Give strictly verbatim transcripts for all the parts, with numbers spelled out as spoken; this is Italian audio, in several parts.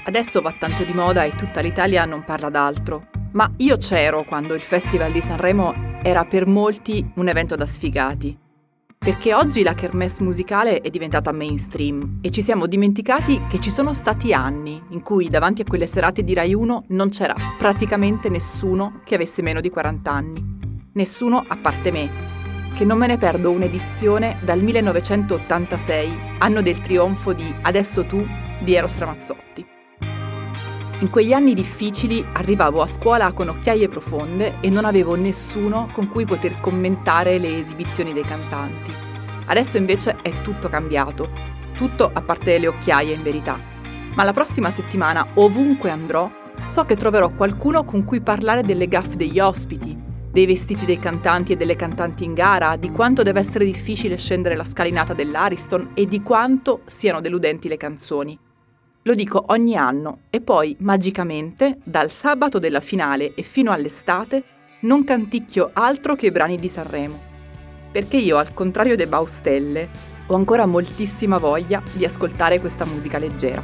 Adesso va tanto di moda e tutta l'Italia non parla d'altro. Ma io c'ero quando il Festival di Sanremo era per molti un evento da sfigati. Perché oggi la kermesse musicale è diventata mainstream e ci siamo dimenticati che ci sono stati anni in cui davanti a quelle serate di Rai uno non c'era praticamente nessuno che avesse meno di quaranta anni. Nessuno a parte me, che non me ne perdo un'edizione dal millenovecentottantasei, anno del trionfo di Adesso tu di Eros Ramazzotti. In quegli anni difficili arrivavo a scuola con occhiaie profonde e non avevo nessuno con cui poter commentare le esibizioni dei cantanti. Adesso invece è tutto cambiato, tutto a parte le occhiaie in verità. Ma la prossima settimana, ovunque andrò, so che troverò qualcuno con cui parlare delle gaffe degli ospiti, dei vestiti dei cantanti e delle cantanti in gara, di quanto deve essere difficile scendere la scalinata dell'Ariston e di quanto siano deludenti le canzoni. Lo dico ogni anno e poi, magicamente, dal sabato della finale e fino all'estate, non canticchio altro che brani di Sanremo. Perché io, al contrario dei Baustelle, ho ancora moltissima voglia di ascoltare questa musica leggera.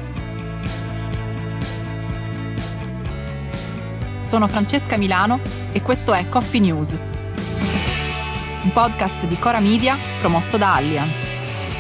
Sono Francesca Milano e questo è Coffee News, un podcast di Cora Media promosso da Allianz.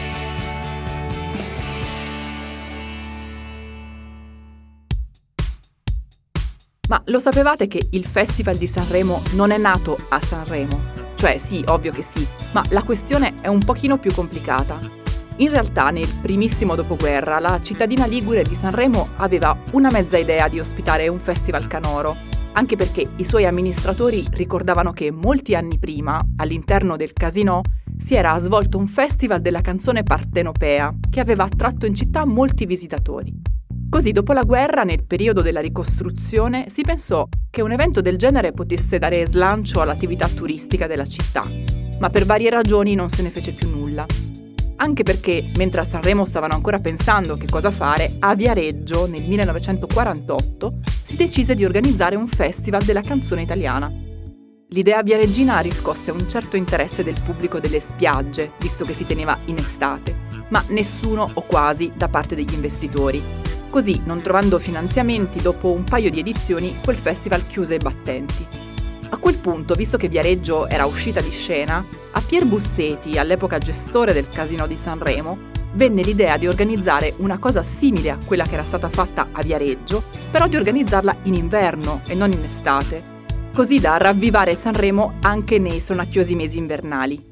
Ma lo sapevate che il Festival di Sanremo non è nato a Sanremo? Cioè sì, ovvio che sì, ma la questione è un pochino più complicata. In realtà nel primissimo dopoguerra la cittadina ligure di Sanremo aveva una mezza idea di ospitare un festival canoro, anche perché i suoi amministratori ricordavano che molti anni prima, all'interno del Casinò, si era svolto un festival della canzone partenopea che aveva attratto in città molti visitatori. Così, dopo la guerra, nel periodo della ricostruzione, si pensò che un evento del genere potesse dare slancio all'attività turistica della città, ma per varie ragioni non se ne fece più nulla. Anche perché, mentre a Sanremo stavano ancora pensando che cosa fare, a Viareggio, nel millenovecentoquarantotto, si decise di organizzare un festival della canzone italiana. L'idea viareggina riscosse un certo interesse del pubblico delle spiagge, visto che si teneva in estate, ma nessuno o quasi da parte degli investitori. Così, non trovando finanziamenti, dopo un paio di edizioni, quel festival chiuse i battenti. A quel punto, visto che Viareggio era uscita di scena, a Pier Busseti, all'epoca gestore del Casinò di Sanremo, venne l'idea di organizzare una cosa simile a quella che era stata fatta a Viareggio, però di organizzarla in inverno e non in estate, così da ravvivare Sanremo anche nei sonnacchiosi mesi invernali.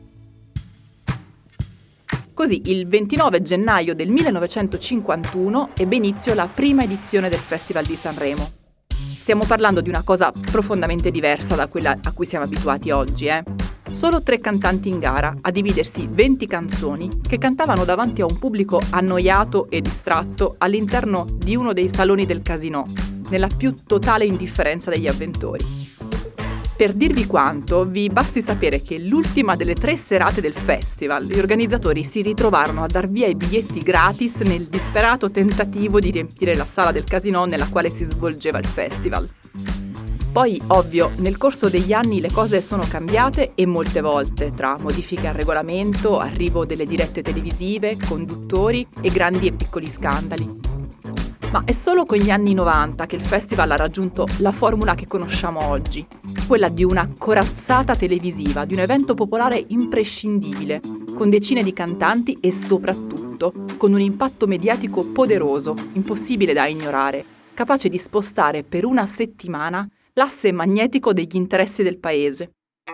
Così, il ventinove gennaio del millenovecentocinquantuno ebbe inizio la prima edizione del Festival di Sanremo. Stiamo parlando di una cosa profondamente diversa da quella a cui siamo abituati oggi, eh? Solo tre cantanti in gara a dividersi venti canzoni che cantavano davanti a un pubblico annoiato e distratto all'interno di uno dei saloni del Casinò, nella più totale indifferenza degli avventori. Per dirvi quanto, vi basti sapere che l'ultima delle tre serate del festival, gli organizzatori si ritrovarono a dar via i biglietti gratis nel disperato tentativo di riempire la sala del Casinò nella quale si svolgeva il festival. Poi, ovvio, nel corso degli anni le cose sono cambiate e molte volte, tra modifiche al regolamento, arrivo delle dirette televisive, conduttori e grandi e piccoli scandali. Ma è solo con gli anni novanta che il festival ha raggiunto la formula che conosciamo oggi, quella di una corazzata televisiva, di un evento popolare imprescindibile, con decine di cantanti e soprattutto con un impatto mediatico poderoso, impossibile da ignorare, capace di spostare per una settimana l'asse magnetico degli interessi del paese.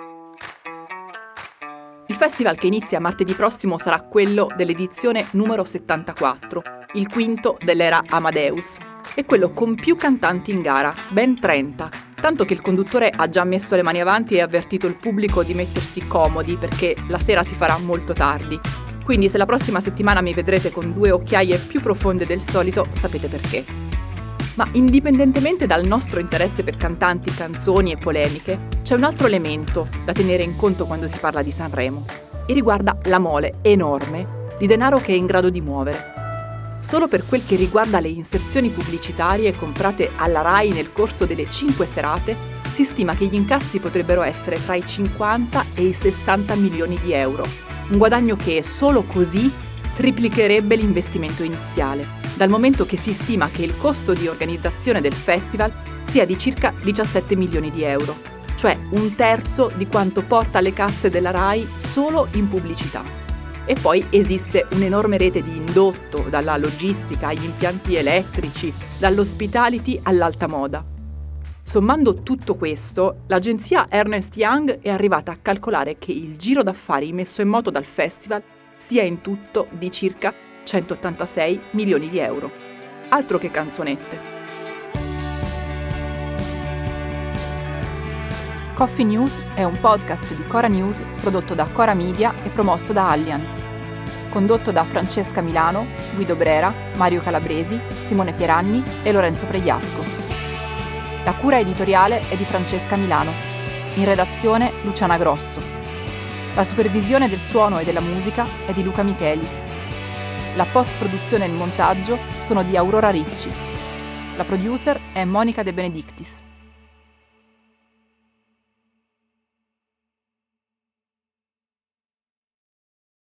Il festival che inizia martedì prossimo sarà quello dell'edizione numero settantaquattro, il quinto dell'era Amadeus, e quello con più cantanti in gara, ben trenta, tanto che il conduttore ha già messo le mani avanti e avvertito il pubblico di mettersi comodi perché la sera si farà molto tardi. Quindi se la prossima settimana mi vedrete con due occhiaie più profonde del solito, sapete perché. Ma indipendentemente dal nostro interesse per cantanti, canzoni e polemiche, c'è un altro elemento da tenere in conto quando si parla di Sanremo, e riguarda la mole enorme di denaro che è in grado di muovere. Solo per quel che riguarda le inserzioni pubblicitarie comprate alla Rai nel corso delle cinque serate, si stima che gli incassi potrebbero essere tra i cinquanta e i sessanta milioni di euro, un guadagno che solo così triplicherebbe l'investimento iniziale, dal momento che si stima che il costo di organizzazione del festival sia di circa diciassette milioni di euro, cioè un terzo di quanto porta alle casse della RAI solo in pubblicità. E poi esiste un'enorme rete di indotto, dalla logistica agli impianti elettrici, dall'hospitality all'alta moda. Sommando tutto questo, l'agenzia Ernst Young è arrivata a calcolare che il giro d'affari messo in moto dal festival sia in tutto di circa centottantasei milioni di euro. Altro che canzonette. Coffee News è un podcast di Cora News prodotto da Cora Media e promosso da Allianz. Condotto da Francesca Milano, Guido Brera, Mario Calabresi, Simone Pieranni e Lorenzo Pregliasco. La cura editoriale è di Francesca Milano. In redazione Luciana Grosso. La supervisione del suono e della musica è di Luca Micheli. La post-produzione e il montaggio sono di Aurora Ricci. La producer è Monica De Benedictis.